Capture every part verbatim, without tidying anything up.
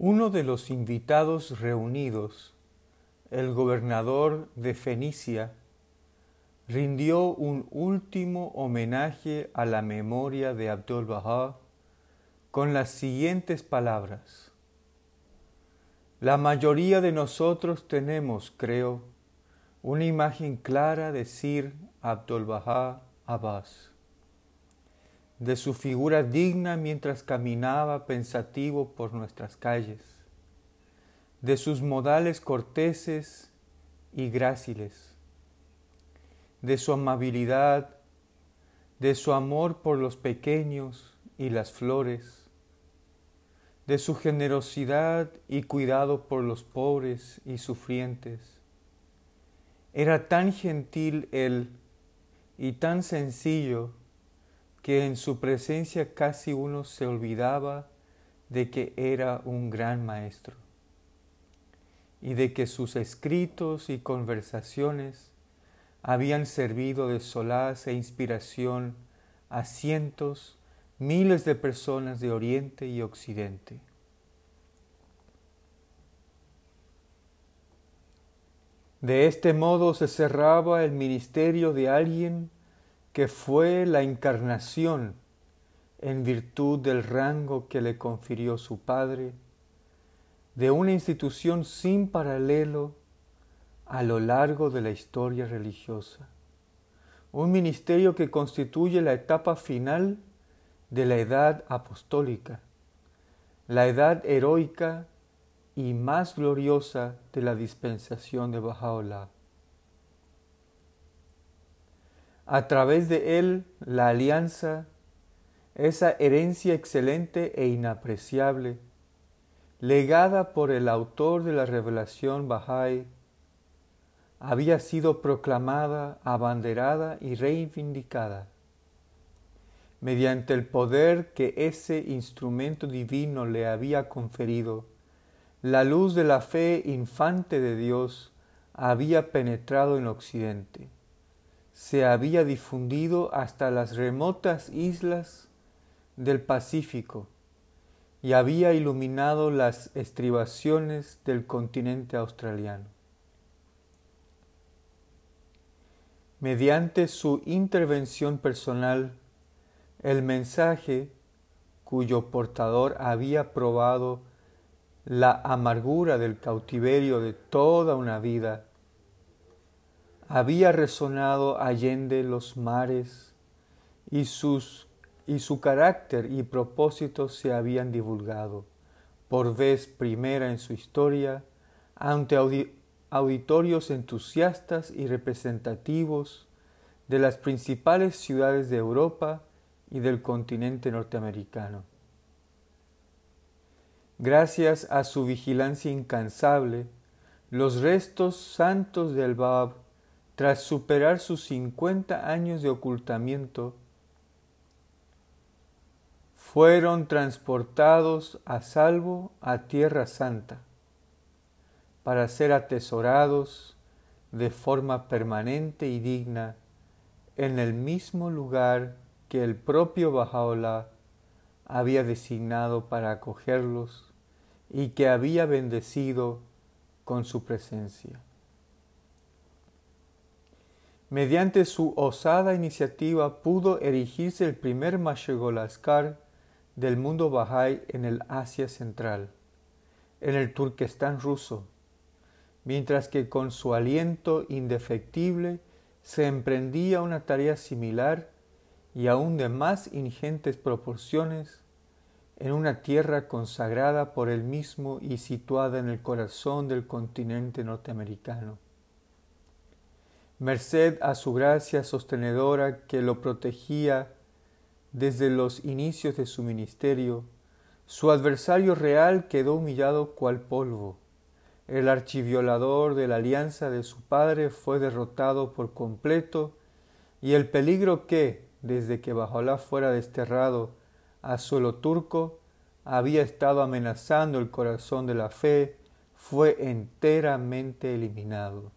Uno de los invitados reunidos, el gobernador de Fenicia, rindió un último homenaje a la memoria de Abdul-Bahá con las siguientes palabras: la mayoría de nosotros tenemos, creo, una imagen clara de Sir Abdul-Bahá Abbas, de su figura digna mientras caminaba pensativo por nuestras calles, de sus modales corteses y gráciles, de su amabilidad, de su amor por los pequeños y las flores, de su generosidad y cuidado por los pobres y sufrientes. Era tan gentil él y tan sencillo que en su presencia casi uno se olvidaba de que era un gran maestro y de que sus escritos y conversaciones habían servido de solaz e inspiración a cientos, miles de personas de Oriente y Occidente. De este modo se cerraba el ministerio de alguien que fue la encarnación, en virtud del rango que le confirió su padre, de una institución sin paralelo a lo largo de la historia religiosa, un ministerio que constituye la etapa final de la edad apostólica, la edad heroica y más gloriosa de la dispensación de Baha'u'lláh. A través de él, la alianza, esa herencia excelente e inapreciable, legada por el autor de la revelación Bahá'í, había sido proclamada, abanderada y reivindicada. Mediante el poder que ese instrumento divino le había conferido, la luz de la fe infante de Dios había penetrado en Occidente. Se había difundido hasta las remotas islas del Pacífico y había iluminado las estribaciones del continente australiano. Mediante su intervención personal, el mensaje, cuyo portador había probado la amargura del cautiverio de toda una vida, había resonado allende los mares y, sus, y su carácter y propósitos se habían divulgado, por vez primera en su historia, ante audi- auditorios entusiastas y representativos de las principales ciudades de Europa y del continente norteamericano. Gracias a su vigilancia incansable, los restos santos del Bab, tras superar sus cincuenta años de ocultamiento, fueron transportados a salvo a Tierra Santa, para ser atesorados de forma permanente y digna en el mismo lugar que el propio Baha'u'lláh había designado para acogerlos y que había bendecido con su presencia. Mediante su osada iniciativa pudo erigirse el primer Mashayikh al-Azkar del mundo Bahá'í en el Asia Central, en el Turquestán ruso, mientras que con su aliento indefectible se emprendía una tarea similar y aún de más ingentes proporciones en una tierra consagrada por él mismo y situada en el corazón del continente norteamericano. Merced a su gracia sostenedora que lo protegía desde los inicios de su ministerio, su adversario real quedó humillado cual polvo. El archiviolador de la alianza de su padre fue derrotado por completo y el peligro que, desde que Baha'u'lláh fuera desterrado a suelo turco, había estado amenazando el corazón de la fe, fue enteramente eliminado.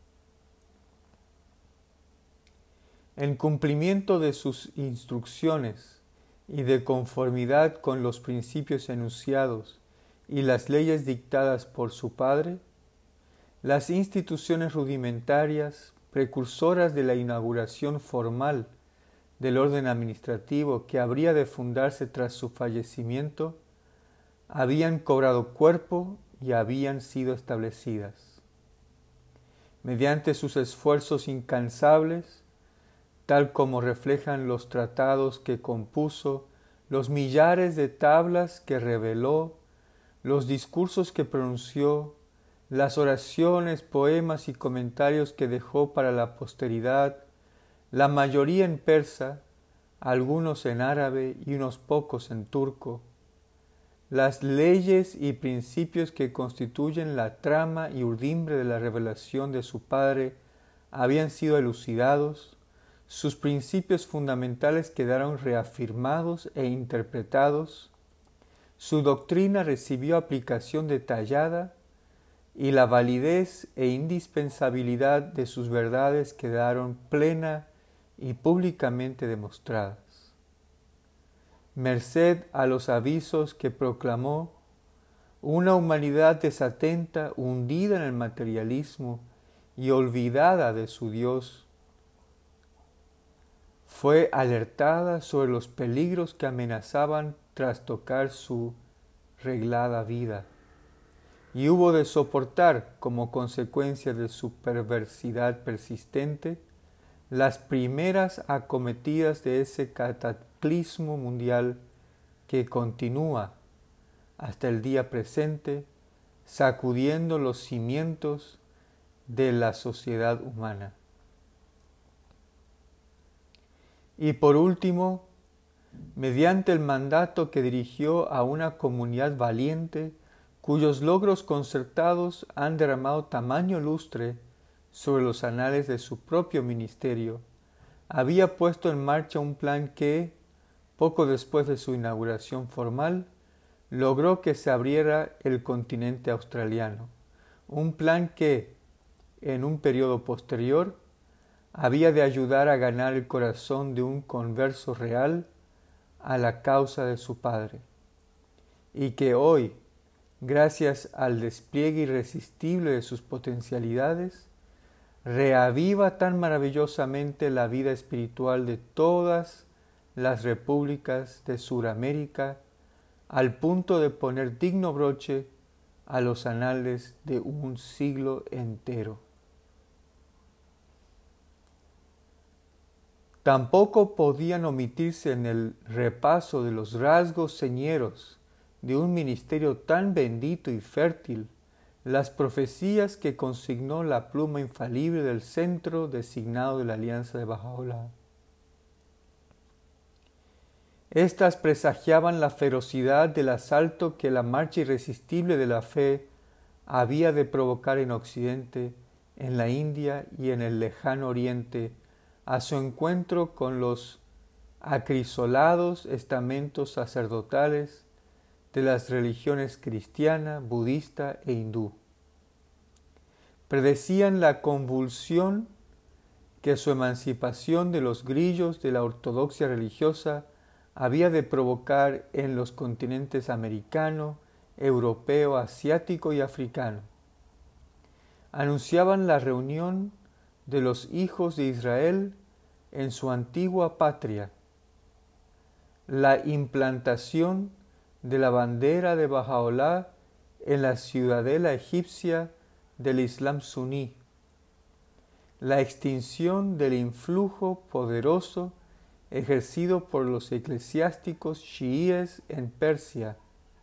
En cumplimiento de sus instrucciones y de conformidad con los principios enunciados y las leyes dictadas por su padre, las instituciones rudimentarias, precursoras de la inauguración formal del orden administrativo que habría de fundarse tras su fallecimiento, habían cobrado cuerpo y habían sido establecidas. Mediante sus esfuerzos incansables, tal como reflejan los tratados que compuso, los millares de tablas que reveló, los discursos que pronunció, las oraciones, poemas y comentarios que dejó para la posteridad, la mayoría en persa, algunos en árabe y unos pocos en turco, las leyes y principios que constituyen la trama y urdimbre de la revelación de su padre habían sido elucidados, sus principios fundamentales quedaron reafirmados e interpretados, su doctrina recibió aplicación detallada y la validez e indispensabilidad de sus verdades quedaron plena y públicamente demostradas. Merced a los avisos que proclamó, una humanidad desatenta, hundida en el materialismo y olvidada de su Dios, fue alertada sobre los peligros que amenazaban trastocar su reglada vida, y hubo de soportar, como consecuencia de su perversidad persistente, las primeras acometidas de ese cataclismo mundial que continúa hasta el día presente, sacudiendo los cimientos de la sociedad humana. Y por último, mediante el mandato que dirigió a una comunidad valiente, cuyos logros concertados han derramado tamaño lustre sobre los anales de su propio ministerio, había puesto en marcha un plan que, poco después de su inauguración formal, logró que se abriera el continente australiano, un plan que, en un periodo posterior, había de ayudar a ganar el corazón de un converso real a la causa de su padre, y que hoy, gracias al despliegue irresistible de sus potencialidades, reaviva tan maravillosamente la vida espiritual de todas las repúblicas de Suramérica, al punto de poner digno broche a los anales de un siglo entero. Tampoco podían omitirse en el repaso de los rasgos señeros de un ministerio tan bendito y fértil las profecías que consignó la pluma infalible del centro designado de la Alianza de Bajaola. Estas presagiaban la ferocidad del asalto que la marcha irresistible de la fe había de provocar en Occidente, en la India y en el lejano Oriente, a su encuentro con los acrisolados estamentos sacerdotales de las religiones cristiana, budista e hindú. Predecían la convulsión que su emancipación de los grillos de la ortodoxia religiosa había de provocar en los continentes americano, europeo, asiático y africano. Anunciaban la reunión de los hijos de Israel en su antigua patria, la implantación de la bandera de Bajaola en la ciudadela egipcia del Islam suní, la extinción del influjo poderoso ejercido por los eclesiásticos chiíes en Persia,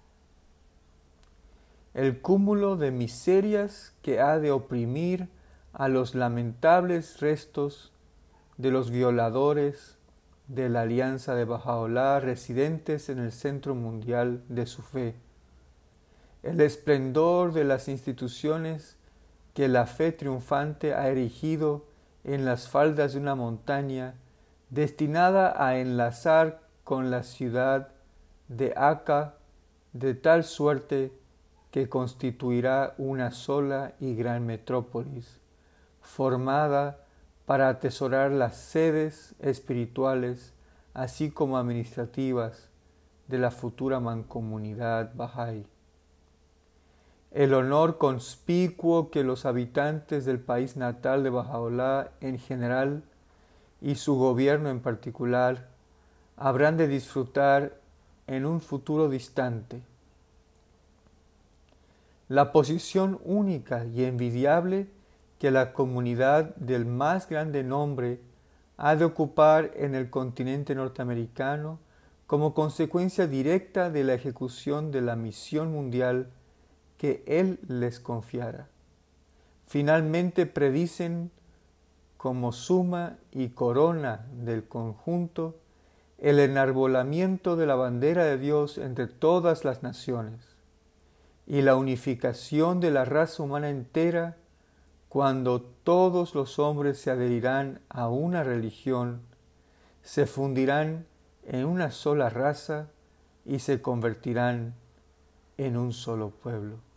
el cúmulo de miserias que ha de oprimir a los lamentables restos de los violadores de la Alianza de Bajaola residentes en el centro mundial de su fe, el esplendor de las instituciones que la fe triunfante ha erigido en las faldas de una montaña destinada a enlazar con la ciudad de Acá de tal suerte que constituirá una sola y gran metrópolis, formada para atesorar las sedes espirituales, así como administrativas, de la futura mancomunidad Bahá'í. el honor conspicuo que los habitantes del país natal de Bajaola en general y su gobierno en particular habrán de disfrutar en un futuro distante. La posición única y envidiable que la comunidad del más grande nombre ha de ocupar en el continente norteamericano como consecuencia directa de la ejecución de la misión mundial que él les confiara. Finalmente predicen como suma y corona del conjunto el enarbolamiento de la bandera de Dios entre todas las naciones y la unificación de la raza humana entera cuando todos los hombres se adherirán a una religión, se fundirán en una sola raza y se convertirán en un solo pueblo.